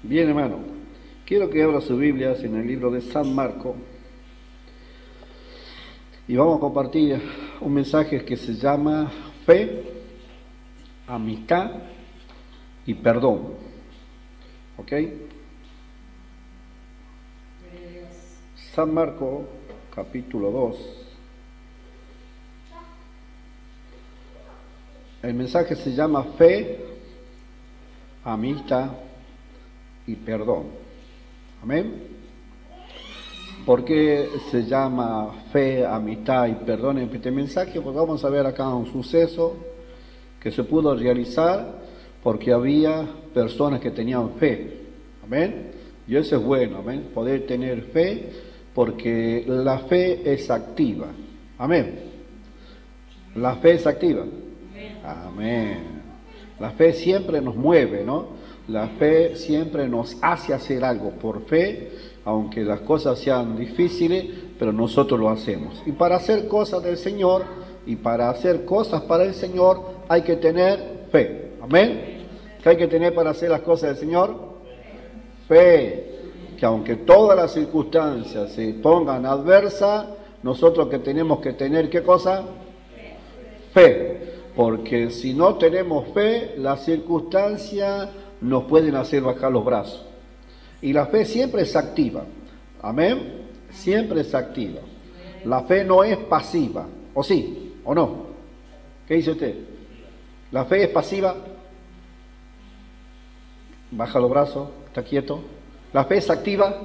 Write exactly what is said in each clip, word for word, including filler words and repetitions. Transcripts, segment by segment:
Bien, hermano, quiero que abra sus Biblias en el libro de San Marcos y vamos a compartir un mensaje que se llama Fe, Amistad y Perdón. ¿Ok? San Marcos, capítulo dos. El mensaje se llama Fe, Amistad y Perdón. Amén. ¿Por qué se llama fe, amistad y perdón en este mensaje? Porque vamos a ver acá un suceso que se pudo realizar porque había personas que tenían fe. Amén. Y eso es bueno, amén. Poder tener fe porque la fe es activa. Amén. La fe es activa. Amén. La fe siempre nos mueve, ¿no? La fe siempre nos hace hacer algo por fe, aunque las cosas sean difíciles, pero nosotros lo hacemos. Y para hacer cosas del Señor, y para hacer cosas para el Señor, hay que tener fe. Amén. ¿Qué hay que tener para hacer las cosas del Señor? Fe. Que aunque todas las circunstancias se pongan adversas, nosotros que tenemos que tener, ¿qué cosa? Fe. Porque si no tenemos fe, las circunstancias nos pueden hacer bajar los brazos. Y la fe siempre es activa. Amén. Siempre es activa. La fe no es pasiva. ¿O sí? ¿O no? ¿Qué dice usted? ¿La fe es pasiva? Baja los brazos. ¿Está quieto? ¿La fe es activa?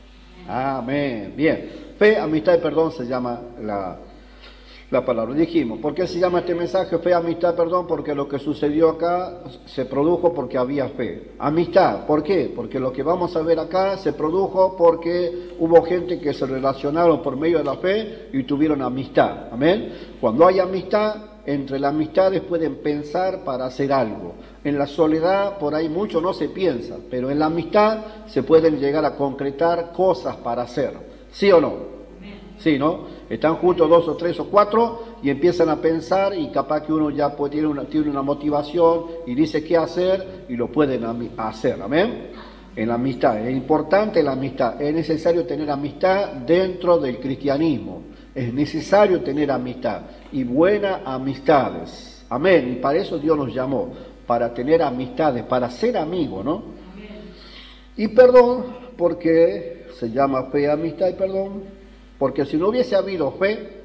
Amén. Bien. Fe, amistad y perdón se llama la... La palabra. Dijimos, ¿por qué se llama este mensaje fe, amistad, perdón? Porque lo que sucedió acá se produjo porque había fe. Amistad, ¿por qué? Porque lo que vamos a ver acá se produjo porque hubo gente que se relacionaron por medio de la fe y tuvieron amistad. Amén. Cuando hay amistad, entre las amistades pueden pensar para hacer algo. En la soledad por ahí mucho no se piensa, pero en la amistad se pueden llegar a concretar cosas para hacer. ¿Sí o no? Sí, ¿no? Están juntos dos o tres o cuatro y empiezan a pensar y capaz que uno ya puede, tiene, una, tiene una motivación y dice qué hacer y lo pueden hacer, ¿amén? En la amistad, es importante la amistad, es necesario tener amistad dentro del cristianismo, es necesario tener amistad y buenas amistades, amén, y para eso Dios nos llamó, para tener amistades, para ser amigos, ¿no? Y perdón, porque se llama fe, amistad y perdón. Porque si no hubiese habido fe,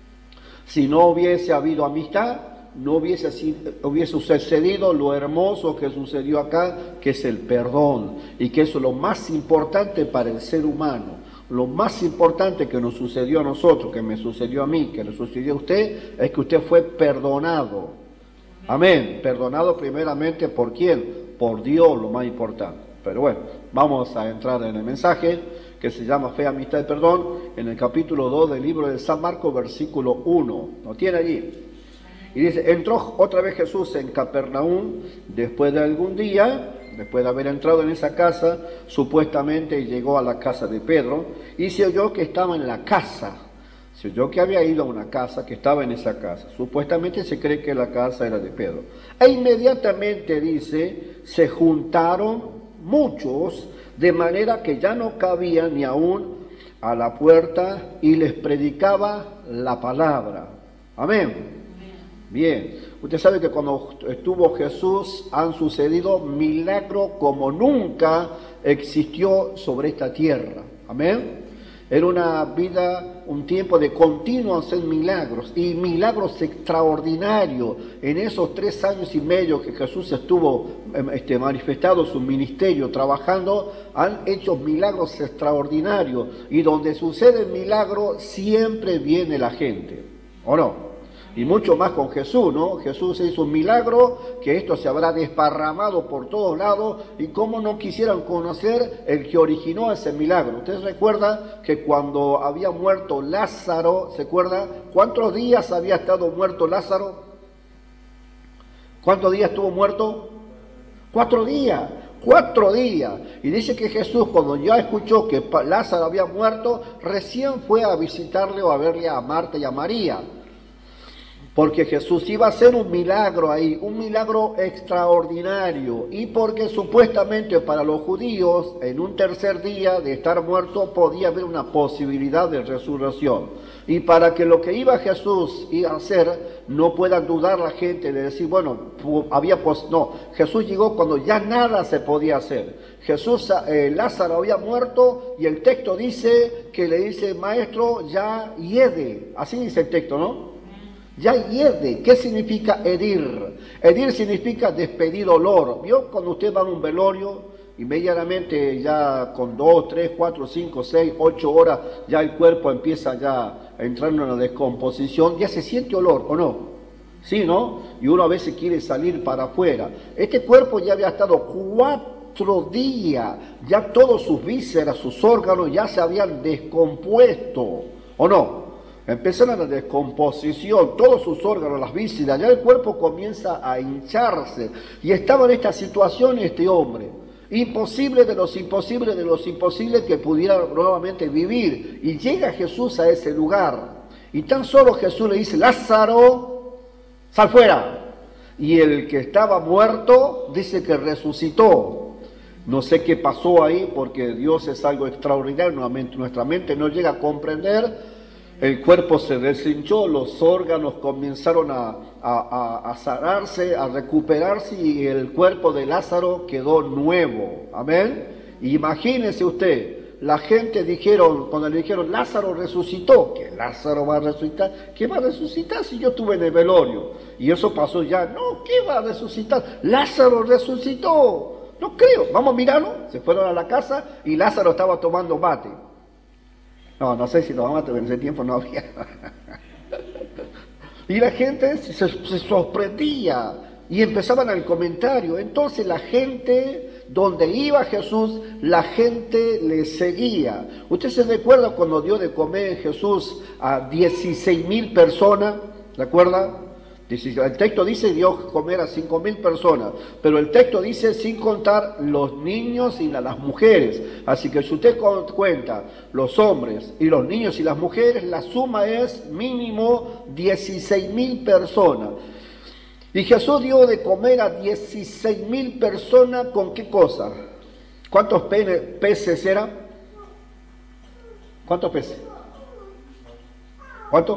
si no hubiese habido amistad, no hubiese, hubiese sucedido lo hermoso que sucedió acá, que es el perdón, y que eso es lo más importante para el ser humano. Lo más importante que nos sucedió a nosotros, que me sucedió a mí, que le sucedió a usted, es que usted fue perdonado. Amén. Perdonado primeramente ¿por quién? Por Dios, lo más importante. Pero bueno, vamos a entrar en el mensaje que se llama Fe, Amistad y Perdón, en el capítulo dos del libro de San Marcos, versículo uno. ¿Lo tiene allí? Y dice, entró otra vez Jesús en Capernaum, después de algún día, después de haber entrado en esa casa, supuestamente llegó a la casa de Pedro, y se oyó que estaba en la casa, se oyó que había ido a una casa, que estaba en esa casa. Supuestamente se cree que la casa era de Pedro. E inmediatamente, dice, se juntaron muchos, de manera que ya no cabía ni aún a la puerta y les predicaba la palabra. Amén. Bien, usted sabe que cuando estuvo Jesús han sucedido milagros como nunca existió sobre esta tierra. Amén. Era una vida, un tiempo de continuo hacer milagros y milagros extraordinarios. En esos tres años y medio que Jesús estuvo este, manifestado su ministerio, trabajando, han hecho milagros extraordinarios. Y donde sucede el milagro, siempre viene la gente, ¿o no? Y mucho más con Jesús, ¿no? Jesús hizo un milagro, que esto se habrá desparramado por todos lados, y cómo no quisieran conocer el que originó ese milagro. ¿Ustedes recuerdan que cuando había muerto Lázaro, ¿se acuerdan? ¿Cuántos días había estado muerto Lázaro? ¿Cuántos días estuvo muerto? Cuatro días. Cuatro días. Y dice que Jesús, cuando ya escuchó que Lázaro había muerto, recién fue a visitarle o a verle a Marta y a María. porque Jesús iba a hacer un milagro ahí, un milagro extraordinario, y porque supuestamente para los judíos en un tercer día de estar muerto podía haber una posibilidad de resurrección. Y para que lo que iba Jesús iba a hacer no pueda dudar la gente de decir, bueno, había pos no, Jesús llegó cuando ya nada se podía hacer. Jesús, eh, Lázaro había muerto y el texto dice que le dice, maestro, ya hiede, así dice el texto, ¿no? Ya hiede. ¿Qué significa herir? Herir significa despedir olor. ¿Vio? Cuando usted va a un velorio, inmediatamente ya con dos, tres, cuatro, cinco, seis, ocho horas, ya el cuerpo empieza ya a entrar en una descomposición, ya se siente olor, ¿o no? Sí, ¿no? Y uno a veces quiere salir para afuera. Este cuerpo ya había estado cuatro días, ya todos sus vísceras, sus órganos ya se habían descompuesto, ¿o no? Empezaron la descomposición, todos sus órganos, las vísceras, ya el cuerpo comienza a hincharse. Y estaba en esta situación este hombre, imposible de los imposibles de los imposibles que pudiera nuevamente vivir. Y llega Jesús a ese lugar. Y tan solo Jesús le dice, Lázaro, sal fuera. Y el que estaba muerto dice que resucitó. No sé qué pasó ahí, porque Dios es algo extraordinario, nuestra mente no llega a comprender. El cuerpo se deshinchó, los órganos comenzaron a, a, a, a sanarse, a recuperarse, y el cuerpo de Lázaro quedó nuevo. Amén. Imagínese usted, la gente dijeron, cuando le dijeron Lázaro resucitó, que Lázaro va a resucitar, ¿qué va a resucitar si yo estuve en el velorio? Y eso pasó ya, no, ¿qué va a resucitar? Lázaro resucitó, no creo, vamos a mirarlo. Se fueron a la casa y Lázaro estaba tomando mate. No, no sé si lo vamos a tener, en ese tiempo no había. Y la gente se, se sorprendía y empezaban el comentario. Entonces la gente, donde iba Jesús, la gente le seguía. ¿Usted se recuerda cuando dio de comer Jesús a dieciséis mil personas? ¿Recuerda? El texto dice dio comer a cinco mil personas, pero el texto dice sin contar los niños y las mujeres. Así que si usted cuenta los hombres y los niños y las mujeres, la suma es mínimo dieciséis mil personas. Y Jesús dio de comer a dieciséis mil personas, ¿con qué cosa? ¿Cuántos peces eran? ¿Cuántos peces? ¿Cuántos?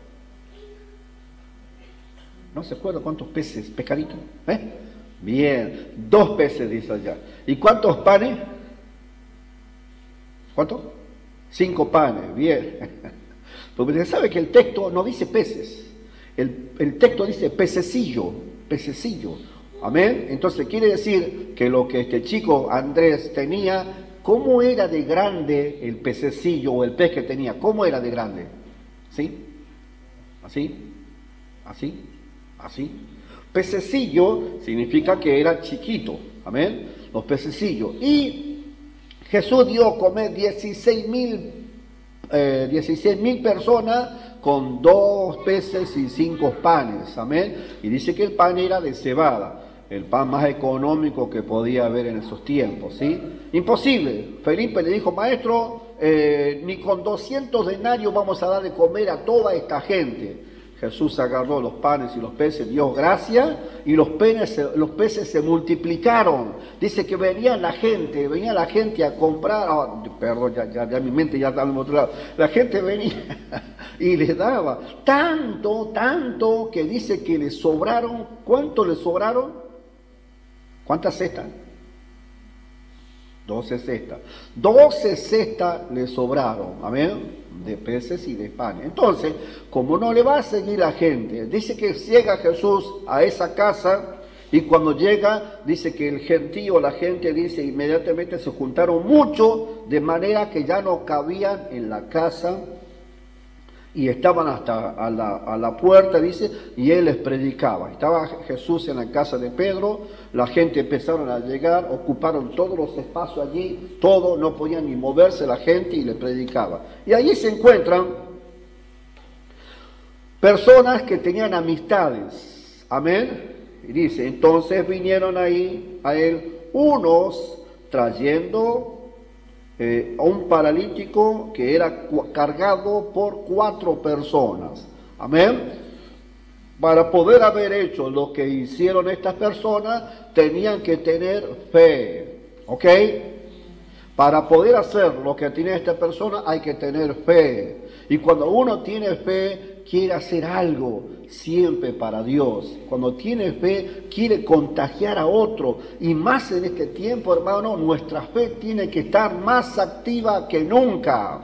No se acuerda cuántos peces, pescaditos, ¿eh? Bien, dos peces dice allá. ¿Y cuántos panes? ¿Cuántos? Cinco panes, bien. Porque usted sabe que el texto no dice peces, el, el texto dice pececillo, pececillo, amén. Entonces quiere decir que lo que este chico Andrés tenía, ¿cómo era de grande el pececillo o el pez que tenía? ¿Cómo era de grande? ¿Sí? ¿Así? ¿Así? Así. Pececillo significa que era chiquito, amén, los pececillos. Y Jesús dio a comer dieciséis mil eh, dieciséis mil personas con dos peces y cinco panes, amén. Y dice que el pan era de cebada, el pan más económico que podía haber en esos tiempos, ¿sí? Imposible. Felipe le dijo, maestro, eh, ni con doscientos denarios vamos a dar de comer a toda esta gente. Jesús agarró los panes y los peces, dio gracia, y los, penes, los peces se multiplicaron. Dice que venía la gente, venía la gente a comprar, oh, perdón, ya, ya, ya mi mente ya está en otro lado. La gente venía y le daba tanto, tanto, que dice que le sobraron. ¿Cuánto le sobraron? ¿Cuántas cestas? Doce cestas. Doce cestas le sobraron, amén, de peces y de pan. Entonces, como no le va a seguir la gente, dice que llega Jesús a esa casa, y cuando llega, dice que el gentío, la gente, dice, inmediatamente se juntaron mucho, de manera que ya no cabían en la casa, y estaban hasta a la, a la puerta, dice, y él les predicaba. Estaba Jesús en la casa de Pedro, la gente empezaron a llegar, ocuparon todos los espacios allí, todo, no podían ni moverse la gente, y le predicaba. Y allí se encuentran personas que tenían amistades, amén. Y dice, entonces vinieron ahí a él unos trayendo Eh, a un paralítico que era cargado por cuatro personas, amén. Para poder haber hecho lo que hicieron estas personas, tenían que tener fe. ¿Ok? Para poder hacer lo que tiene esta persona, hay que tener fe. Y cuando uno tiene fe, quiere hacer algo siempre para Dios. Cuando tiene fe, quiere contagiar a otro. Y más en este tiempo, hermano, nuestra fe tiene que estar más activa que nunca.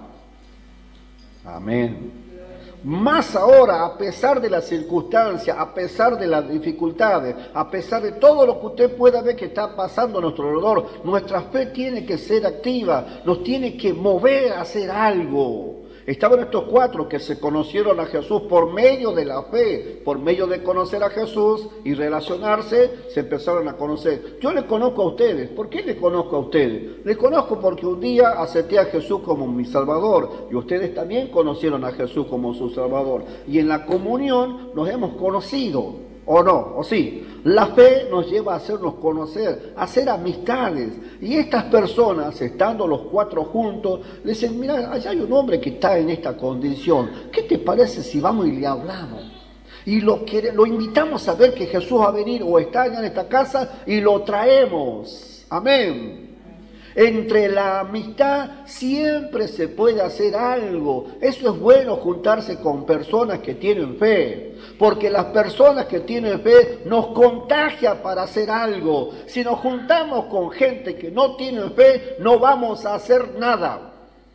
Amén. Más ahora, a pesar de las circunstancias, a pesar de las dificultades, a pesar de todo lo que usted pueda ver que está pasando a nuestro alrededor, nuestra fe tiene que ser activa, nos tiene que mover a hacer algo. Estaban estos cuatro que se conocieron a Jesús por medio de la fe, por medio de conocer a Jesús y relacionarse, se empezaron a conocer. Yo les conozco a ustedes. ¿Por qué les conozco a ustedes? Les conozco porque un día acepté a Jesús como mi Salvador y ustedes también conocieron a Jesús como su Salvador. Y en la comunión nos hemos conocido. ¿O no? ¿O sí? La fe nos lleva a hacernos conocer, a hacer amistades. Y estas personas, estando los cuatro juntos, le dicen, mira, allá hay un hombre que está en esta condición. ¿Qué te parece si vamos y le hablamos? Y lo, que, lo invitamos a ver que Jesús va a venir o está allá en esta casa y lo traemos. Amén. Entre la amistad siempre se puede hacer algo. Eso es bueno, juntarse con personas que tienen fe. Porque las personas que tienen fe nos contagian para hacer algo. Si nos juntamos con gente que no tiene fe, no vamos a hacer nada.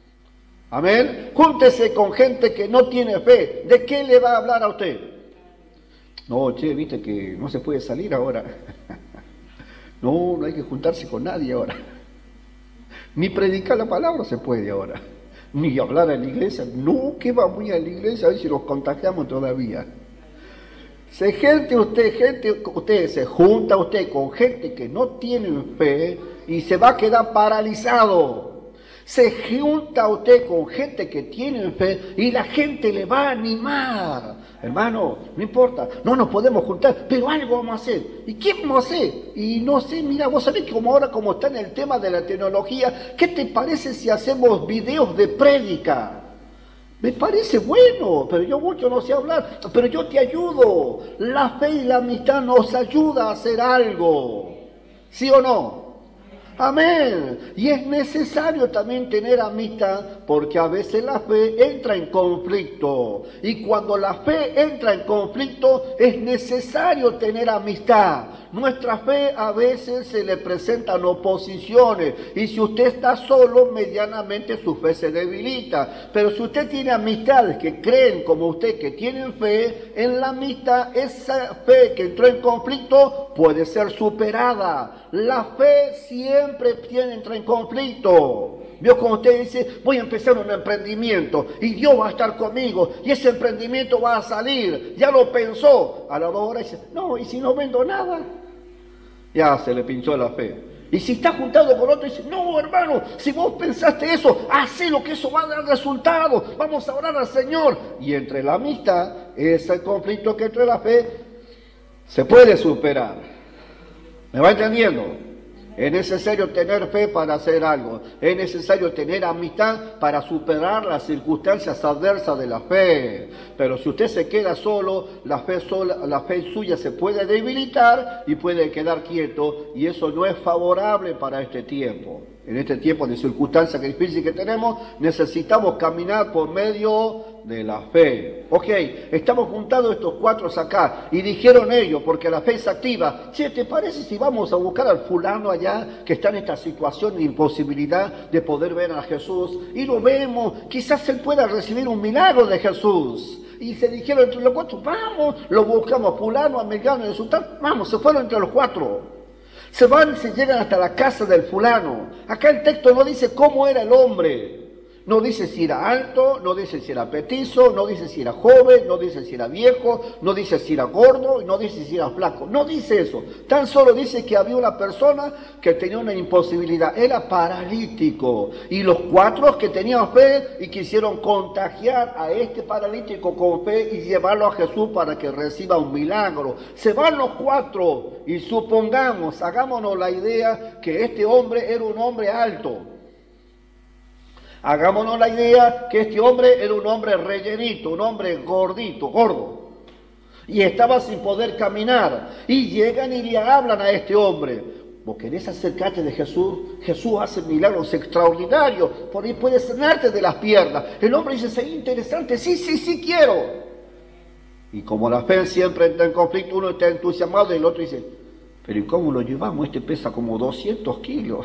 Amén. Júntese con gente que no tiene fe. ¿De qué le va a hablar a usted? No, che, viste que no se puede salir ahora. No, no hay que juntarse con nadie ahora. Ni predicar la palabra se puede ahora. Ni hablar a la iglesia. No, que va muy a la iglesia, a ver si nos contagiamos todavía. Se gente usted, gente, usted se junta usted con gente que no tiene fe y se va a quedar paralizado. Se junta usted con gente que tiene fe y la gente le va a animar. Hermano, no importa, no nos podemos juntar, pero algo vamos a hacer. ¿Y qué vamos a hacer? Y no sé, mira, vos sabés que como ahora como está en el tema de la tecnología, ¿qué te parece si hacemos videos de prédica? Me parece bueno, pero yo mucho no sé hablar, pero yo te ayudo. La fe y la amistad nos ayuda a hacer algo. ¿Sí o no? Amén. Y es necesario también tener amistad porque a veces la fe entra en conflicto. Y cuando la fe entra en conflicto es necesario tener amistad. Nuestra fe a veces se le presentan oposiciones y si usted está solo, medianamente su fe se debilita. Pero si usted tiene amistades que creen como usted, que tienen fe, en la amistad esa fe que entró en conflicto puede ser superada. La fe siempre tiene, entra en conflicto. Vio como usted dice, voy a empezar un emprendimiento y Dios va a estar conmigo y ese emprendimiento va a salir. Ya lo pensó. A la dos horas dice, no, ¿y si no vendo nada? Ya se le pinchó la fe. Y si está juntado con otro, dice, no, hermano, si vos pensaste eso, hacé lo que eso va a dar resultado. Vamos a orar al Señor. Y entre la amistad, ese conflicto que entre la fe, se puede superar. ¿Me va entendiendo? Es necesario tener fe para hacer algo. Es necesario tener amistad para superar las circunstancias adversas de la fe. Pero si usted se queda solo, la fe, sola, la fe suya se puede debilitar y puede quedar quieto. Y eso no es favorable para este tiempo. En este tiempo de circunstancias difíciles que tenemos, necesitamos caminar por medio de la fe. Ok, estamos juntados estos cuatro acá y dijeron ellos, porque la fe es activa, che, ¿te parece si vamos a buscar al fulano allá que está en esta situación de imposibilidad de poder ver a Jesús? Y lo vemos, quizás él pueda recibir un milagro de Jesús. Y se dijeron entre los cuatro, vamos, lo buscamos a fulano, a Mengano y a Sultán, vamos, se fueron entre los cuatro. Se van y se llegan hasta la casa del fulano. Acá el texto no dice cómo era el hombre. No dice si era alto, no dice si era petizo, no dice si era joven, no dice si era viejo, no dice si era gordo, no dice si era flaco. No dice eso. Tan solo dice que había una persona que tenía una imposibilidad. Era paralítico. Y los cuatro que tenían fe y quisieron contagiar a este paralítico con fe y llevarlo a Jesús para que reciba un milagro. Se van los cuatro y supongamos, hagámonos la idea que este hombre era un hombre alto. Hagámonos la idea que este hombre era un hombre rellenito, un hombre gordito, gordo. y estaba sin poder caminar. Y llegan y le hablan a este hombre. ¿Vos querés acercarte de Jesús? Jesús hace milagros extraordinarios, por ahí puede sanarte de las piernas. El hombre dice, sería interesante, sí, sí, sí quiero. Y como la fe siempre entra en conflicto, uno está entusiasmado y el otro dice, pero ¿y cómo lo llevamos? Este pesa como doscientos kilos.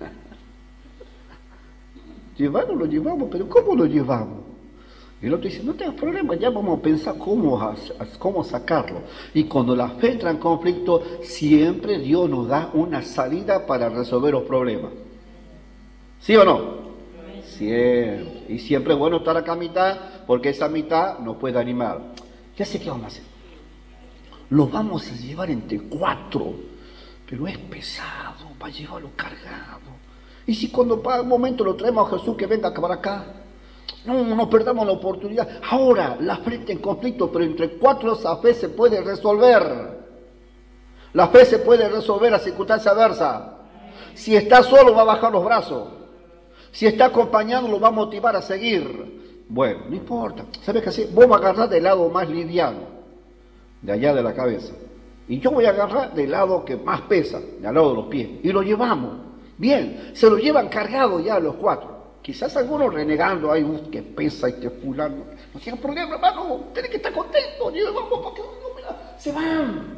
Llevarlo lo llevamos, pero ¿cómo lo llevamos? Y el otro dice, no tengas problema, ya vamos a pensar cómo, cómo sacarlo. Y cuando la fe entra en conflicto, siempre Dios nos da una salida para resolver los problemas. ¿Sí o no? Siempre. Y siempre es bueno estar acá a mitad, porque esa mitad nos puede animar. Ya sé qué vamos a hacer. Lo vamos a llevar entre cuatro, pero es pesado para llevarlo cargado. Y si cuando para un momento lo traemos a Jesús que venga para acá, no, no perdamos la oportunidad. Ahora, la frente en conflicto, pero entre cuatro esa fe se puede resolver. La fe se puede resolver a circunstancia adversa. Si está solo va a bajar los brazos. Si está acompañado lo va a motivar a seguir. Bueno, no importa. ¿Sabes qué hacer? Vos vas a agarrar del lado más liviano, de allá de la cabeza. Y yo voy a agarrar del lado que más pesa, del lado de los pies. Y lo llevamos. Bien, se lo llevan cargado ya los cuatro. Quizás algunos renegando, ay, uf, que pesa este fulano. No tienen problema, hermano, tienen que estar contentos. Llevamos porque no, mira, se van.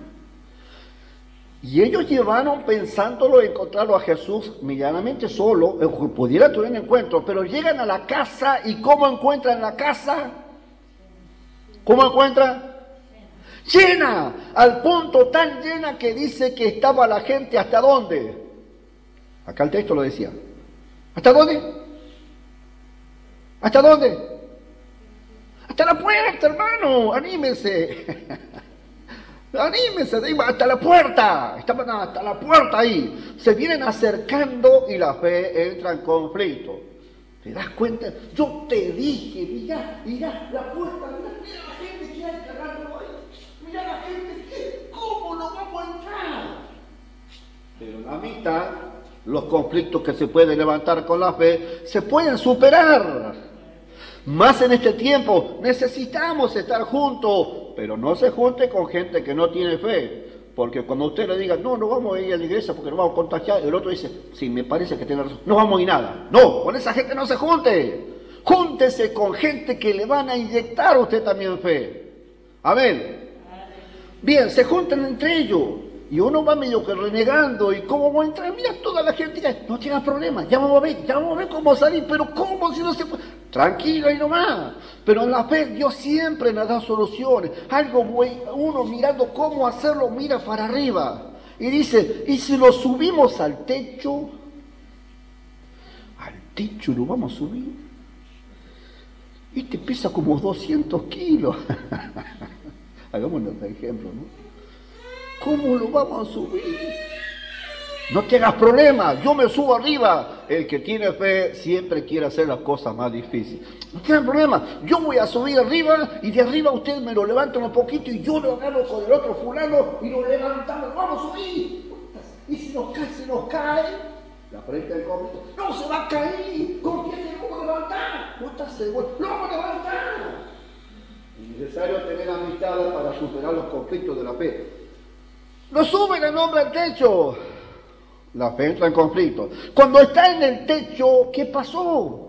Y ellos llevaron pensándolo encontrarlo a Jesús medianamente solo, eh, pudiera tener un encuentro, pero llegan a la casa y ¿cómo encuentran la casa? ¿Cómo encuentran? Llena, al punto tan llena que dice que estaba la gente hasta dónde. Acá el texto lo decía. ¿Hasta dónde? ¿Hasta dónde? Hasta la puerta, hermano, anímese. Anímese, hasta la puerta. Estaban hasta la puerta ahí. Se vienen acercando y la fe entra en conflicto. ¿Te das cuenta? Yo te dije, mirá, mirá, la puerta, mirá, mirá la gente que hay cargando ahí. Mirá la gente que, ¿cómo no vamos a entrar? Pero en la mitad, los conflictos que se pueden levantar con la fe se pueden superar. Más en este tiempo necesitamos estar juntos, pero no se junte con gente que no tiene fe. Porque cuando usted le diga, no, no vamos a ir a la iglesia porque nos vamos a contagiar, el otro dice, sí, me parece que tiene razón, no vamos a ir nada. No, con esa gente no se junte. Júntese con gente que le van a inyectar a usted también fe. Amén. Bien, se juntan entre ellos. Y uno va medio que renegando, y cómo va a entrar, mira, toda la gente dice, no tiene problema, ya vamos a ver, ya vamos a ver cómo salir, pero cómo si no se puede, tranquilo ahí nomás. Pero en la fe Dios siempre nos da soluciones, algo bueno, uno mirando cómo hacerlo, mira para arriba, y dice, y si lo subimos al techo, al techo lo vamos a subir, y te pesa como doscientos kilos, hagámonos un ejemplo, ¿no? ¿Cómo lo vamos a subir? No te hagas problema, yo me subo arriba. El que tiene fe siempre quiere hacer las cosas más difíciles. No tiene problema, yo voy a subir arriba y de arriba usted me lo levanta un poquito y yo lo agarro con el otro fulano y lo levantamos, vamos a subir. Y si nos cae, se nos cae. La frente del conflicto, no se va a caer. ¿Con quién se lo vamos a levantar? No estás seguro, lo vamos a levantar. Es necesario tener amistad para superar los conflictos de la fe. Lo suben el hombre al techo. La fe entra en conflicto. Cuando está en el techo, ¿qué pasó?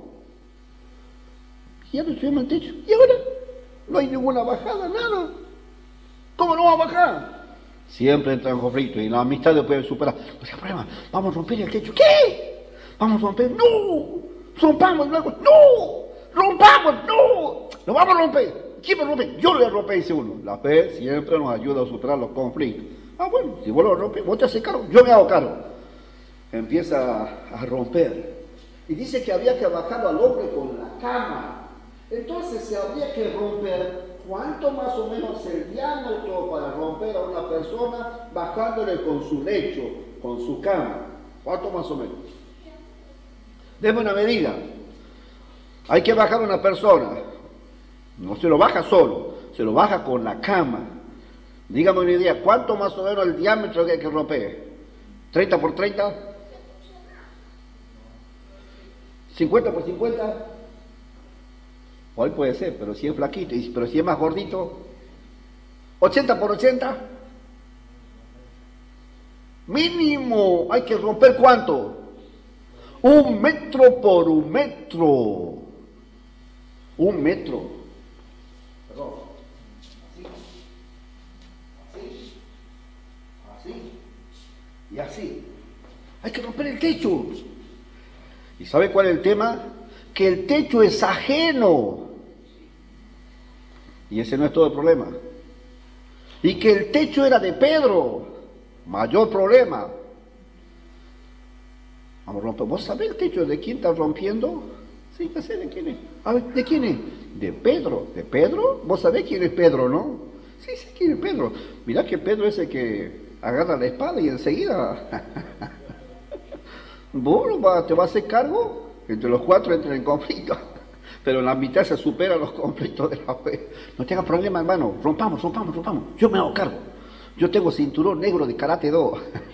Ya no estuvimos en el techo. ¿Y ahora? No hay ninguna bajada, nada. ¿Cómo no va a bajar? Siempre entra en conflicto y la amistad lo puede superar. No hay problema, vamos a romper el techo. ¿Qué? Vamos a romper. ¡No! Rompamos luego. ¡No! Rompamos. ¡No! Lo vamos a romper. ¿Quién me rompe? Yo lo voy a romper, dice uno. La fe siempre nos ayuda a superar los conflictos. Ah, bueno, si vos lo rompes, vos te haces cargo, yo me hago cargo. Empieza a romper. Y dice que había que bajarlo al hombre con la cama. Entonces se habría que romper, ¿cuánto más o menos el diámetro para romper a una persona bajándole con su lecho, con su cama? ¿Cuánto más o menos? Deme una medida. Hay que bajar a una persona. No se lo baja solo, se lo baja con la cama. Dígame una idea, ¿cuánto más o menos el diámetro que hay que romper? ¿treinta por treinta? ¿cincuenta por cincuenta? Hoy puede ser, pero si es flaquito, pero si es más gordito, ochenta por ochenta. Mínimo, hay que romper ¿cuánto? Un metro por un metro. Un metro. Perdón. Así. Así. Así. Y así. Hay que romper el techo. ¿Y sabe cuál es el tema? Que el techo es ajeno. Y ese no es todo el problema. Y que el techo era de Pedro. Mayor problema. Vamos a romper. ¿Vos sabés el techo de quién está rompiendo? Sí, ya sé de quién es. A ver, ¿de quién es? De Pedro. ¿De Pedro? ¿Vos sabés quién es Pedro, no? Sí, sí, quién es Pedro. Mirá que Pedro es el que agarra la espada y enseguida... ¿Vos te vas a hacer cargo? Entre los cuatro entran en conflicto. Pero en la mitad se superan los conflictos de la fe. No tengas problema, hermano. Rompamos, rompamos, rompamos. Yo me hago cargo. Yo tengo cinturón negro de Karate Do.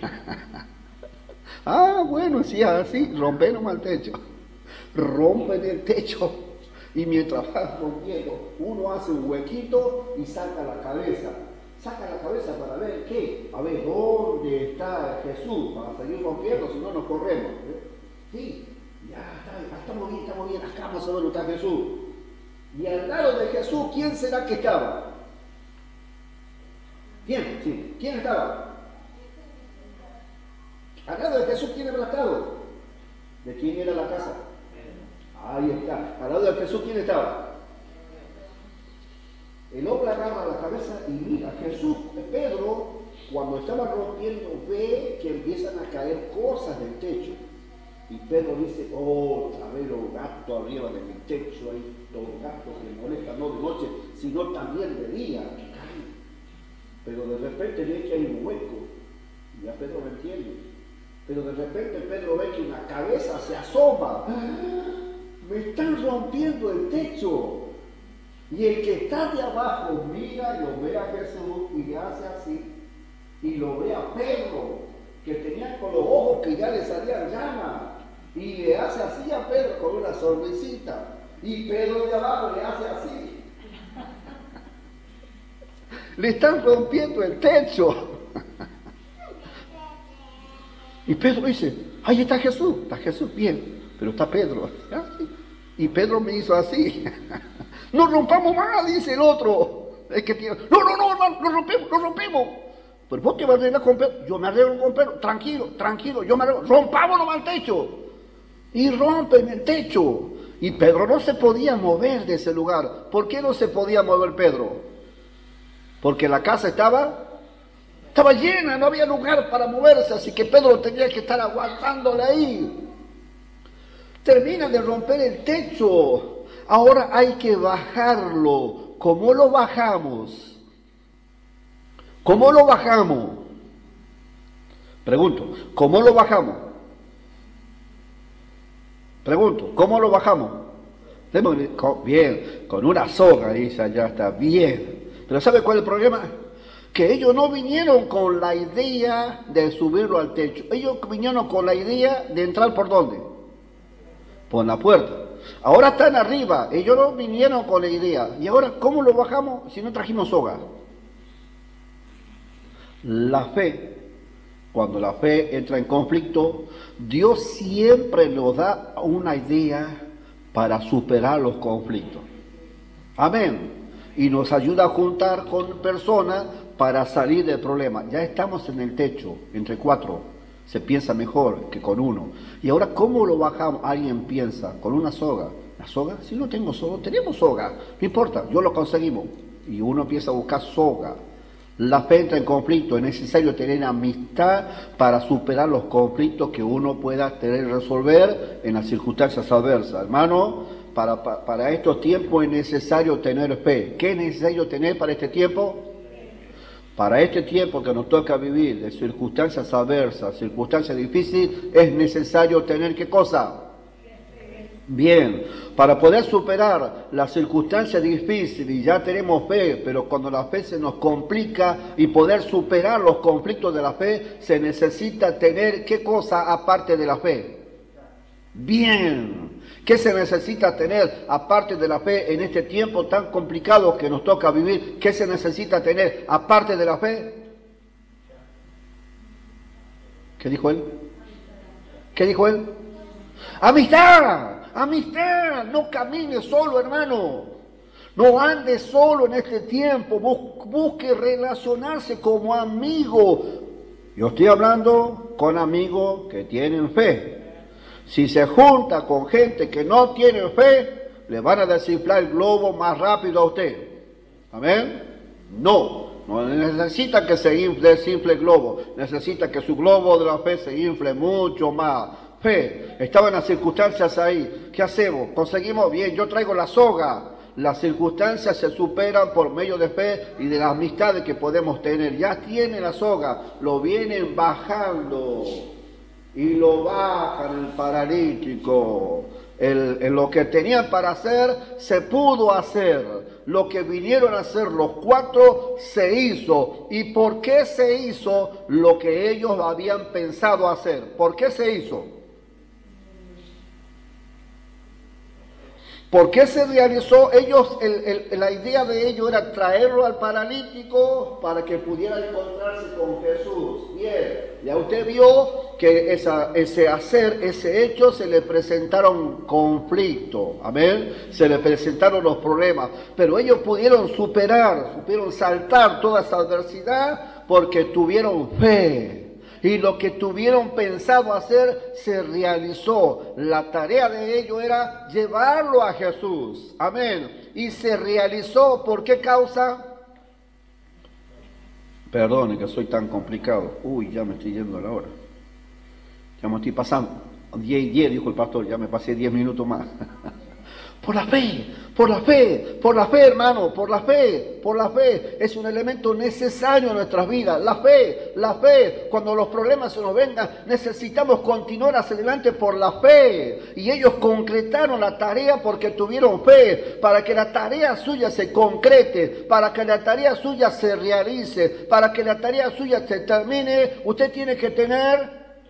Ah, bueno, si es así, rompe nomás el techo. Rompen el techo. Y mientras vas rompiendo, uno hace un huequito y saca la cabeza. Saca la cabeza para ver qué. A ver, ¿dónde está Jesús? Para seguir rompiendo, si no nos corremos. ¿Eh? Sí, ya está, estamos bien, estamos bien. Acá vamos a ver dónde está Jesús. Y al lado de Jesús, ¿quién será que estaba? ¿Quién? Sí. ¿Quién estaba? Al lado de Jesús, ¿quién habrá estado? ¿De quién era la casa? Ahí está. Al lado de Jesús, ¿quién estaba? El hombre agarra la cabeza y mira, Jesús, Pedro, cuando estaba rompiendo, ve que empiezan a caer cosas del techo. Y Pedro dice, oh, otra vez los gatos arriba de mi techo, hay los gatos que molestan no de noche, sino también de día, que caen. Pero de repente ve que hay un hueco, y ya Pedro lo entiende. Pero de repente Pedro ve que una cabeza se asoma. Me están rompiendo el techo. Y el que está de abajo mira y lo ve a Jesús y le hace así. Y lo ve a Pedro, que tenía con los ojos que ya le salían llamas. Y le hace así a Pedro con una sonrisita. Y Pedro de abajo le hace así. Le están rompiendo el techo. Y Pedro dice, ahí está Jesús, está Jesús, bien, pero está Pedro. Y Pedro me hizo así. No rompamos más, dice el otro. Es que tiene, no, no, no, hermano, no rompemos, no rompemos. Pero vos te vas a arreglar con Pedro, yo me arreglo con Pedro, tranquilo, tranquilo, yo me arreglo, rompamos nomás el techo. Y rompen el techo. Y Pedro no se podía mover de ese lugar. ¿Por qué no se podía mover Pedro? Porque la casa estaba... Estaba llena, no había lugar para moverse, así que Pedro tenía que estar aguantándole ahí. Termina de romper el techo. Ahora hay que bajarlo. ¿Cómo lo bajamos? ¿Cómo lo bajamos? Pregunto, ¿cómo lo bajamos? Pregunto, ¿cómo lo bajamos? Bien, con una soga, dice, ya está bien. Pero ¿sabe cuál es el problema? Que ellos no vinieron con la idea de subirlo al techo. Ellos vinieron con la idea de entrar ¿por dónde? Por la puerta. Ahora están arriba. Ellos no vinieron con la idea. ¿Y ahora cómo lo bajamos si no trajimos soga? La fe. Cuando la fe entra en conflicto, Dios siempre nos da una idea para superar los conflictos. Amén. Y nos ayuda a juntar con personas para salir del problema. Ya estamos en el techo, entre cuatro. Se piensa mejor que con uno. Y ahora, ¿cómo lo bajamos? Alguien piensa, con una soga. ¿La soga? Si no tengo soga, tenemos soga. No importa, yo lo conseguimos. Y uno empieza a buscar soga. La fe entra en conflicto. Es necesario tener amistad para superar los conflictos que uno pueda tener resolver en las circunstancias adversas. Hermano, para, para, para estos tiempos es necesario tener fe. ¿Qué es necesario tener para este tiempo? Para este tiempo que nos toca vivir, de circunstancias adversas, circunstancias difíciles, es necesario tener ¿qué cosa? Bien, para poder superar las circunstancias difíciles, y ya tenemos fe, pero cuando la fe se nos complica y poder superar los conflictos de la fe, se necesita tener ¿qué cosa aparte de la fe? Bien, ¿Qué se necesita tener aparte de la fe en este tiempo tan complicado que nos toca vivir? ¿Qué se necesita tener aparte de la fe? ¿Qué dijo él? ¿Qué dijo él? Amistad, amistad, no camine solo, hermano. No ande solo en este tiempo, busque relacionarse como amigo. Yo estoy hablando con amigos que tienen fe. Si se junta con gente que no tiene fe, le van a desinflar el globo más rápido a usted. ¿Amén? No, no necesita que se infle, desinfle el globo, necesita que su globo de la fe se infle mucho más. Fe, estaban las circunstancias ahí. ¿Qué hacemos? Conseguimos bien, yo traigo la soga. Las circunstancias se superan por medio de fe y de las amistades que podemos tener. Ya tiene la soga, lo vienen bajando y lo bajan el paralítico. El, el, lo que tenían para hacer, se pudo hacer. Lo que vinieron a hacer los cuatro, se hizo. ¿Y por qué se hizo lo que ellos habían pensado hacer? ¿Por qué se hizo? ¿Por qué se realizó? Ellos, el, el, la idea de ellos era traerlo al paralítico para que pudiera encontrarse con Jesús. Bien, ya usted vio que esa, ese hacer, ese hecho, se le presentaron conflictos, amén, se le presentaron los problemas, pero ellos pudieron superar, pudieron saltar toda esa adversidad porque tuvieron fe. Y lo que tuvieron pensado hacer se realizó. La tarea de ellos era llevarlo a Jesús. Amén. Y se realizó. ¿Por qué causa? Perdone que soy tan complicado. Uy, ya me estoy yendo a la hora. Ya me estoy pasando. diez y diez, dijo el pastor. Ya me pasé diez minutos más. Por la fe, por la fe, por la fe, hermano, por la fe, por la fe. Es un elemento necesario en nuestras vidas. La fe, la fe. Cuando los problemas se nos vengan, necesitamos continuar hacia adelante por la fe. Y ellos concretaron la tarea porque tuvieron fe. Para que la tarea suya se concrete, para que la tarea suya se realice, para que la tarea suya se termine, usted tiene que tener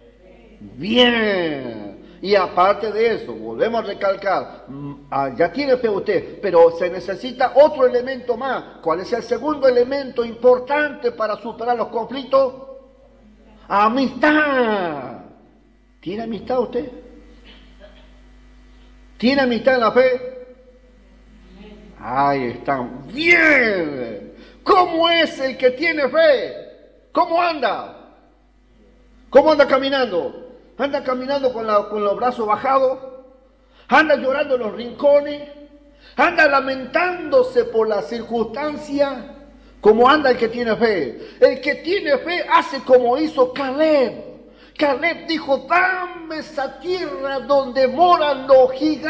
bien. Y aparte de eso, volvemos a recalcar, ya tiene fe usted, pero se necesita otro elemento más. ¿Cuál es el segundo elemento importante para superar los conflictos? Amistad. ¿Tiene amistad usted? ¿Tiene amistad en la fe? Ahí están. Bien. ¿Cómo es el que tiene fe? ¿Cómo anda? ¿Cómo anda caminando? Anda caminando con, la, con los brazos bajados, anda llorando en los rincones, anda lamentándose por la circunstancia, como anda el que tiene fe. El que tiene fe hace como hizo Caleb. Caleb dijo, dame esa tierra donde moran los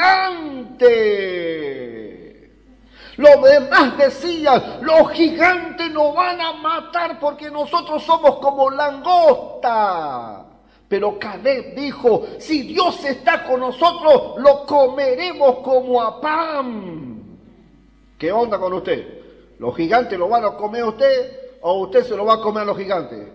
gigantes. Los demás decían, los gigantes nos van a matar porque nosotros somos como langosta. Pero Caleb dijo, si Dios está con nosotros, lo comeremos como a pan. ¿Qué onda con usted? ¿Los gigantes lo van a comer a usted o usted se lo va a comer a los gigantes?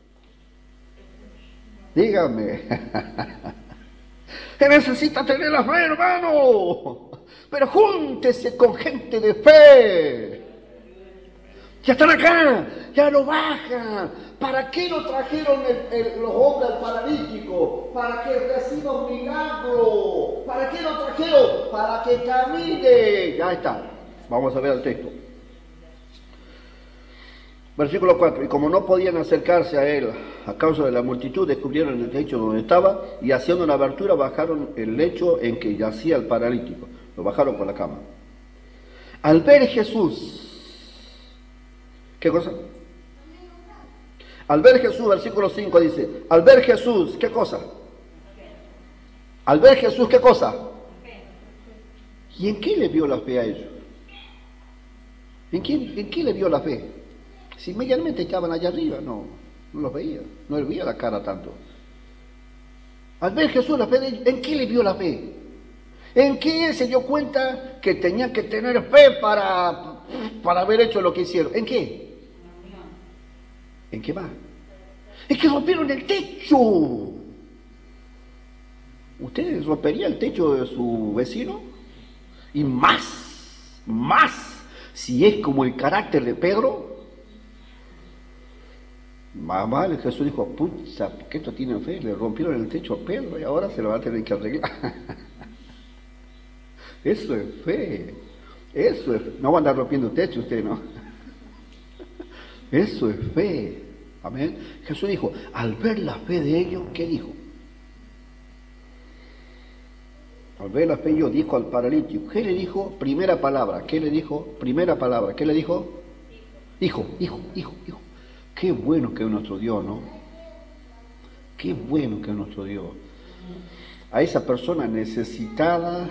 Dígame. Que necesita tener la fe, hermano. Pero júntese con gente de fe. Ya están acá, ya lo bajan. ¿Para qué lo trajeron el, el, los hombres al paralítico? Para que reciba un milagro. ¿Para qué lo trajeron? Para que camine. Ya está. Vamos a ver el texto. Versículo cuatro. Y como no podían acercarse a él a causa de la multitud, descubrieron el lecho donde estaba y haciendo una abertura bajaron el lecho en que yacía el paralítico. Lo bajaron por la cama. Al ver Jesús, ¿qué cosa? Al ver Jesús, versículo cinco dice, al ver Jesús, ¿qué cosa? Al ver Jesús, ¿qué cosa? ¿Y en qué le vio la fe a ellos? ¿En qué, en qué le vio la fe? Si medianamente estaban allá arriba, no, no los veía, no le veía la cara tanto. Al ver Jesús la fe de ellos, ¿en qué le vio la fe? ¿En qué él se dio cuenta que tenía que tener fe para, para haber hecho lo que hicieron? ¿En qué? ¿En qué más? Es que rompieron el techo. ¿Usted rompería el techo de su vecino? Y más, más, si es como el carácter de Pedro. Más vale, Jesús dijo, pucha, porque esto tiene fe, le rompieron el techo a Pedro y ahora se lo va a tener que arreglar. Eso es fe, eso es fe. No va a andar rompiendo techo usted, ¿no? Eso es fe, amén. Jesús dijo, al ver la fe de ellos, ¿qué dijo? Al ver la fe de ellos, dijo al paralítico, ¿qué le dijo? Primera palabra, ¿qué le dijo? Primera palabra, ¿qué le dijo? Hijo, hijo, hijo, hijo. Qué bueno que es nuestro Dios, ¿no? Qué bueno que es nuestro Dios. A esa persona necesitada,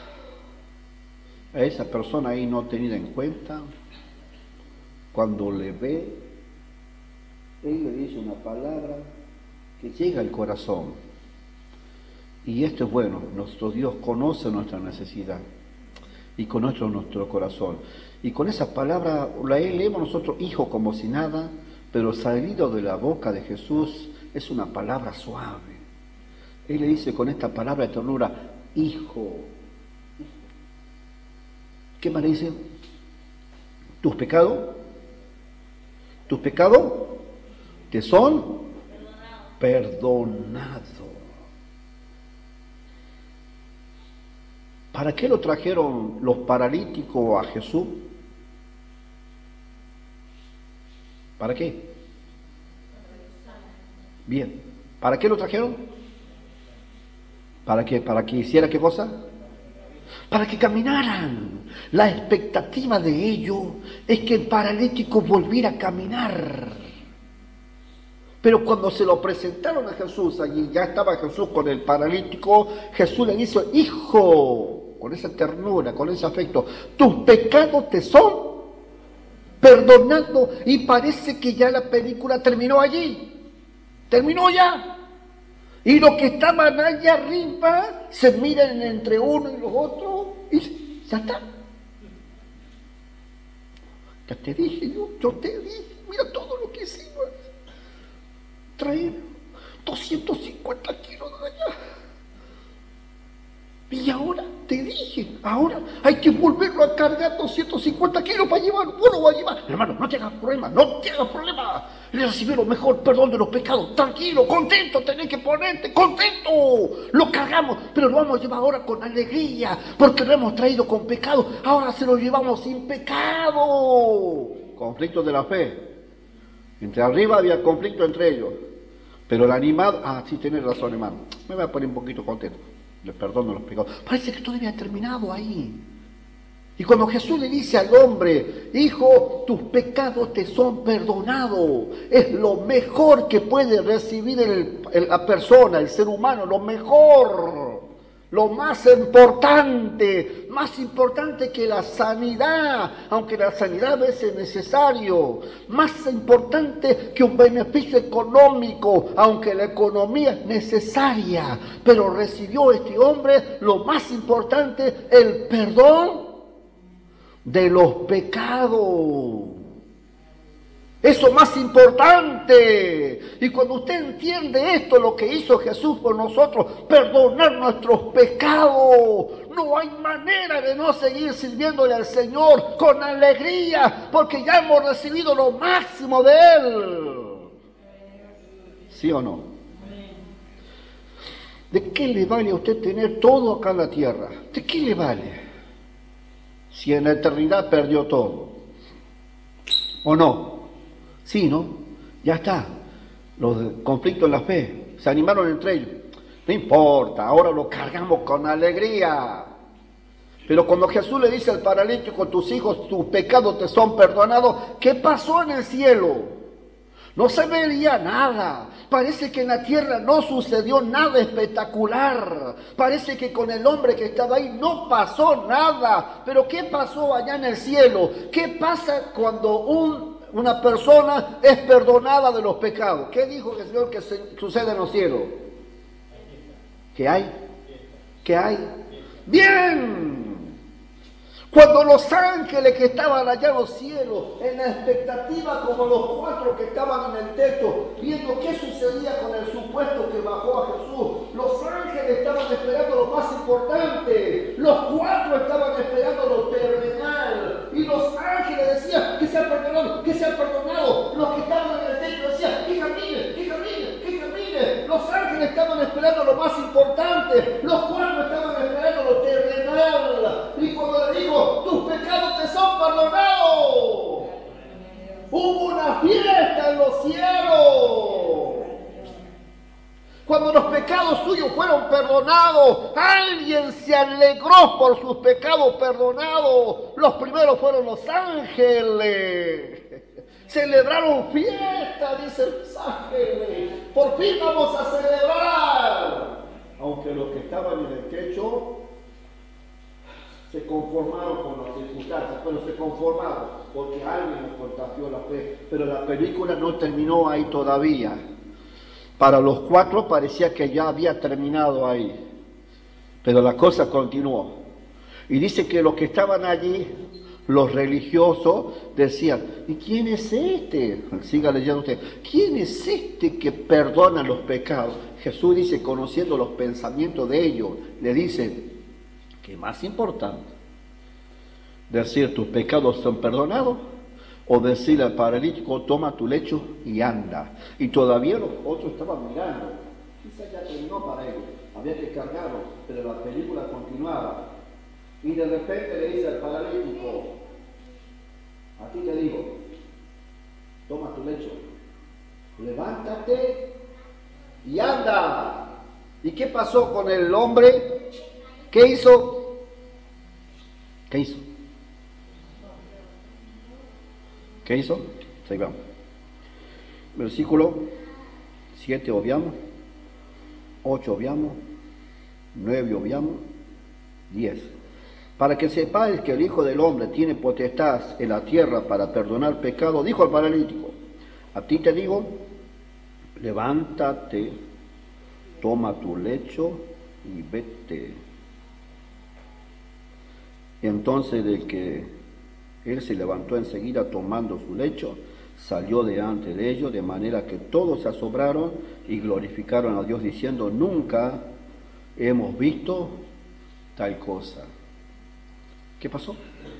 a esa persona ahí no tenida en cuenta, cuando le ve, él le dice una palabra que llega al corazón. Y esto es bueno, nuestro Dios conoce nuestra necesidad y conoce nuestro corazón. Y con esa palabra la leemos nosotros, hijo, como si nada, pero salido de la boca de Jesús es una palabra suave. Él le dice con esta palabra de ternura, hijo. ¿Qué más le dice? ¿Tus pecados? ¿Tus pecados te son perdonados? ¿Para qué lo trajeron los paralíticos a Jesús? ¿Para qué? Bien. ¿Para qué lo trajeron? ¿Para qué? ¿Para que hiciera qué cosa? Para que caminaran. La expectativa de ellos es que el paralítico volviera a caminar. Pero cuando se lo presentaron a Jesús, allí ya estaba Jesús con el paralítico, Jesús le dice, hijo, con esa ternura, con ese afecto, tus pecados te son perdonando, y parece que ya la película terminó allí, terminó ya, y los que estaban allá arriba se miran entre uno y los otros y ya está. Ya te dije yo, yo te dije, mira todo lo que hicimos, traer doscientos cincuenta kilos de allá. Y ahora te dije, ahora hay que volverlo a cargar doscientos cincuenta kilos para llevar, uno va a llevar. Hermano, no te hagas problema, no te hagas problema. Le recibió lo mejor perdón de los pecados. Tranquilo, contento, tenés que ponerte, contento. Lo cargamos, pero lo vamos a llevar ahora con alegría, porque lo hemos traído con pecado. Ahora se lo llevamos sin pecado. Conflicto de la fe. Entre arriba había conflicto entre ellos. Pero el animado, ah, sí, tenés razón, hermano. Me voy a poner un poquito contento. Les perdono los pecados. Parece que todo había terminado ahí. Y cuando Jesús le dice al hombre, hijo, tus pecados te son perdonados, es lo mejor que puede recibir el, el, la persona, el ser humano, lo mejor, lo más importante, más importante que la sanidad, aunque la sanidad a veces es necesario, más importante que un beneficio económico, aunque la economía es necesaria, pero recibió este hombre lo más importante, el perdón de los pecados. Eso más importante. Y cuando usted entiende esto, lo que hizo Jesús por nosotros, perdonar nuestros pecados, no hay manera de no seguir sirviéndole al Señor con alegría, porque ya hemos recibido lo máximo de Él. ¿Sí o no? ¿De qué le vale a usted tener todo acá en la tierra? ¿De qué le vale? Si en la eternidad perdió todo. ¿O no? Sí, ¿no? Ya está. Los conflictos en la fe se animaron entre ellos. No importa, ahora lo cargamos con alegría. Pero cuando Jesús le dice al paralítico, tus hijos, tus pecados te son perdonados, ¿qué pasó en el cielo? No se veía nada. Parece que en la tierra no sucedió nada espectacular. Parece que con el hombre que estaba ahí no pasó nada. Pero ¿qué pasó allá en el cielo? ¿Qué pasa cuando un, una persona es perdonada de los pecados? ¿Qué dijo el Señor que se, sucede en los cielos? ¿Qué hay? ¿Qué hay? ¡Bien! Cuando los ángeles que estaban allá en los cielos, en la expectativa como los cuatro que estaban en el techo, viendo qué sucedía con el supuesto que bajó a Jesús, los ángeles estaban esperando lo más importante, los cuatro estaban esperando lo terrenal, y los ángeles decían que sea perdonado, que sea perdonado, los que estaban en el techo decían que camine, que camine, que camine, los ángeles estaban esperando lo más importante, los cuatro estaban esperando lo terrenal, y cuando le digo, tus pecados te son perdonados. Hubo una fiesta en los cielos. Cuando los pecados suyos fueron perdonados, alguien se alegró por sus pecados perdonados. Los primeros fueron los ángeles. Celebraron fiesta, dicen los ángeles. Por fin vamos a celebrar. Aunque los que estaban en el techo se conformaron con las circunstancias, pero se conformaron porque alguien les contagió la fe. Pero la película no terminó ahí todavía. Para los cuatro parecía que ya había terminado ahí, pero la cosa continuó. Y dice que los que estaban allí, los religiosos, decían, ¿y quién es este? Siga leyendo usted. ¿Quién es este que perdona los pecados? Jesús dice, conociendo los pensamientos de ellos, le dice, ¿qué más importante? ¿Decir tus pecados son perdonados? ¿O decirle al paralítico, toma tu lecho y anda? Y todavía los otros estaban mirando. Quizás ya terminó para ellos. Había que cargarlo, pero la película continuaba. Y de repente le dice al paralítico, a ti te digo, toma tu lecho, levántate y anda. ¿Y qué pasó con el hombre? ¿Qué hizo? ¿Qué hizo? ¿Qué hizo? Ahí vamos. Versículo siete obviamos, ocho obviamos, nueve obviamos, diez. Para que sepáis que el Hijo del Hombre tiene potestad en la tierra para perdonar pecado, dijo al paralítico, a ti te digo, levántate, toma tu lecho y vete. Entonces de que él se levantó enseguida tomando su lecho, salió delante de ellos, de manera que todos se asombraron y glorificaron a Dios diciendo, nunca hemos visto tal cosa. ¿Qué pasó?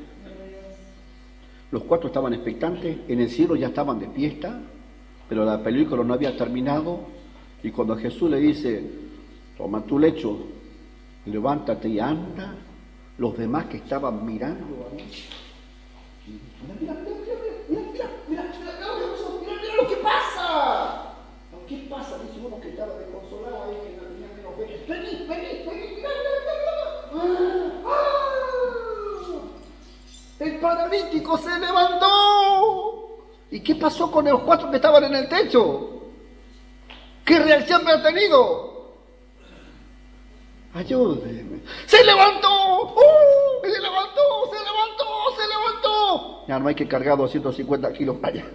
Los cuatro estaban expectantes, en el cielo ya estaban de fiesta, pero la película no había terminado, y cuando Jesús le dice, toma tu lecho, levántate y anda, los demás que estaban mirando ahí, Mira, mira, mira, mira, mira, mira, mira, mira, mira lo que pasa. ¿Qué pasa? Dice uno que estaba desconsolado ahí, que no tenía menos fe. Vení, vení, vení, mira, mira, mira, mira. ¡Ah! El paralítico se levantó. ¿Y qué pasó con los cuatro que estaban en el techo? ¿Qué reacción me ha tenido? Ayúdeme. ¡Se levantó! ¡Uh! ¡Se levantó! ¡Se levantó! ¡Se levantó! Ya no hay que cargar doscientos cincuenta kilos para allá.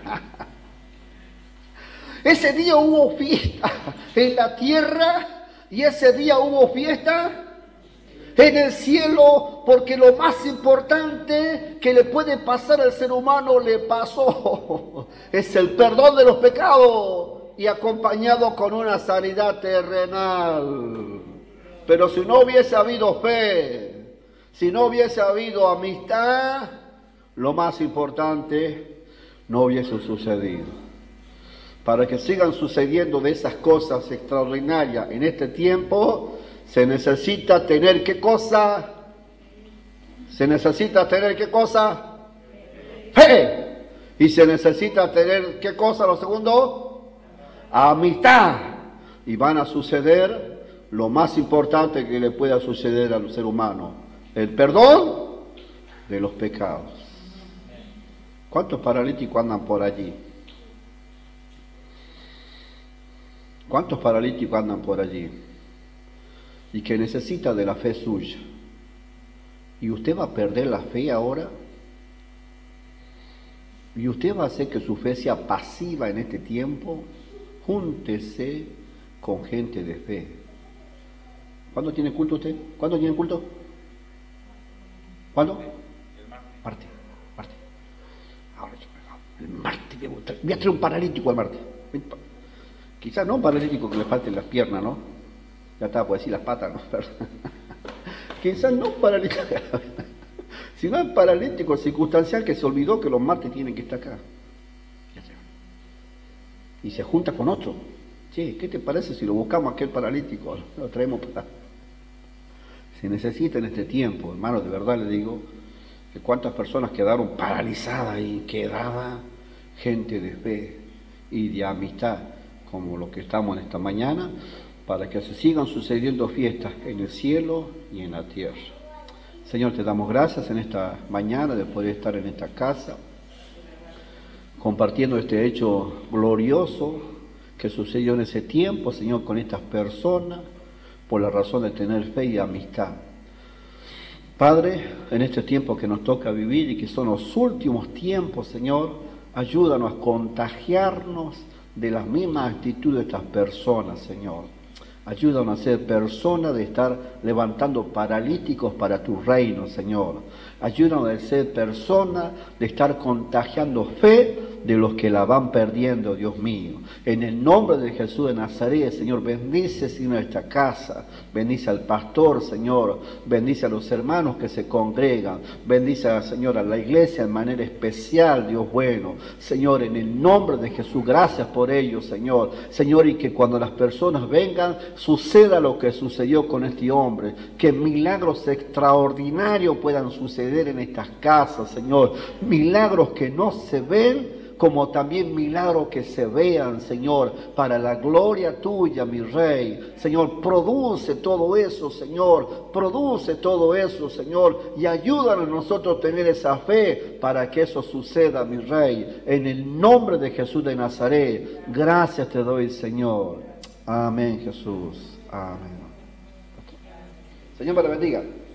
Ese día hubo fiesta en la tierra y ese día hubo fiesta en el cielo, porque lo más importante que le puede pasar al ser humano le pasó. Es el perdón de los pecados y acompañado con una sanidad terrenal. Pero si no hubiese habido fe, si no hubiese habido amistad, lo más importante no hubiese sucedido. Para que sigan sucediendo de esas cosas extraordinarias en este tiempo, se necesita tener ¿qué cosa? Se necesita tener ¿qué cosa? Fe. Y se necesita tener ¿qué cosa? Lo segundo, amistad. Y van a suceder lo más importante que le pueda suceder al ser humano, el perdón de los pecados. ¿Cuántos paralíticos andan por allí? ¿Cuántos paralíticos andan por allí? Y que necesita de la fe suya. ¿Y usted va a perder la fe ahora? ¿Y usted va a hacer que su fe sea pasiva en este tiempo? Júntese con gente de fe. ¿Cuándo tiene culto usted? ¿Cuándo tiene culto? ¿Cuándo? Martes. Martes. Ahora yo, el martes voy a traer, voy a traer un paralítico al martes. Quizás no un paralítico que le falten las piernas, ¿no? Ya estaba por decir las patas, ¿no? Quizás no un paralítico, sino un paralítico circunstancial que se olvidó que los martes tienen que estar acá. Y se junta con otro. Che, ¿qué te parece si lo buscamos a aquel paralítico? Lo traemos para acá. Se necesita en este tiempo, hermanos, de verdad le digo, que cuántas personas quedaron paralizadas y quedaba gente de fe y de amistad, como lo que estamos en esta mañana, para que se sigan sucediendo fiestas en el cielo y en la tierra. Señor, te damos gracias en esta mañana de poder estar en esta casa, compartiendo este hecho glorioso que sucedió en ese tiempo, Señor, con estas personas, por la razón de tener fe y amistad. Padre, en este tiempo que nos toca vivir y que son los últimos tiempos, Señor, ayúdanos a contagiarnos de las mismas actitudes de estas personas, Señor. Ayúdanos a ser personas de estar levantando paralíticos para tu reino, Señor. Ayúdanos a ser personas de estar contagiando fe de los que la van perdiendo, Dios mío. En el nombre de Jesús de Nazaret, Señor, bendice, Señor, esta casa. Bendice al pastor, Señor. Bendice a los hermanos que se congregan. Bendice, Señor, a la iglesia de manera especial, Dios bueno. Señor, en el nombre de Jesús, gracias por ello, Señor. Señor, y que cuando las personas vengan, suceda lo que sucedió con este hombre. Que milagros extraordinarios puedan suceder en estas casas, Señor. Milagros que no se ven, como también milagros que se vean, Señor, para la gloria tuya, mi Rey. Señor, produce todo eso, Señor, produce todo eso, Señor, y ayúdanos a nosotros a tener esa fe para que eso suceda, mi Rey. En el nombre de Jesús de Nazaret, gracias te doy, Señor. Amén, Jesús. Amén. Señor, me la bendiga.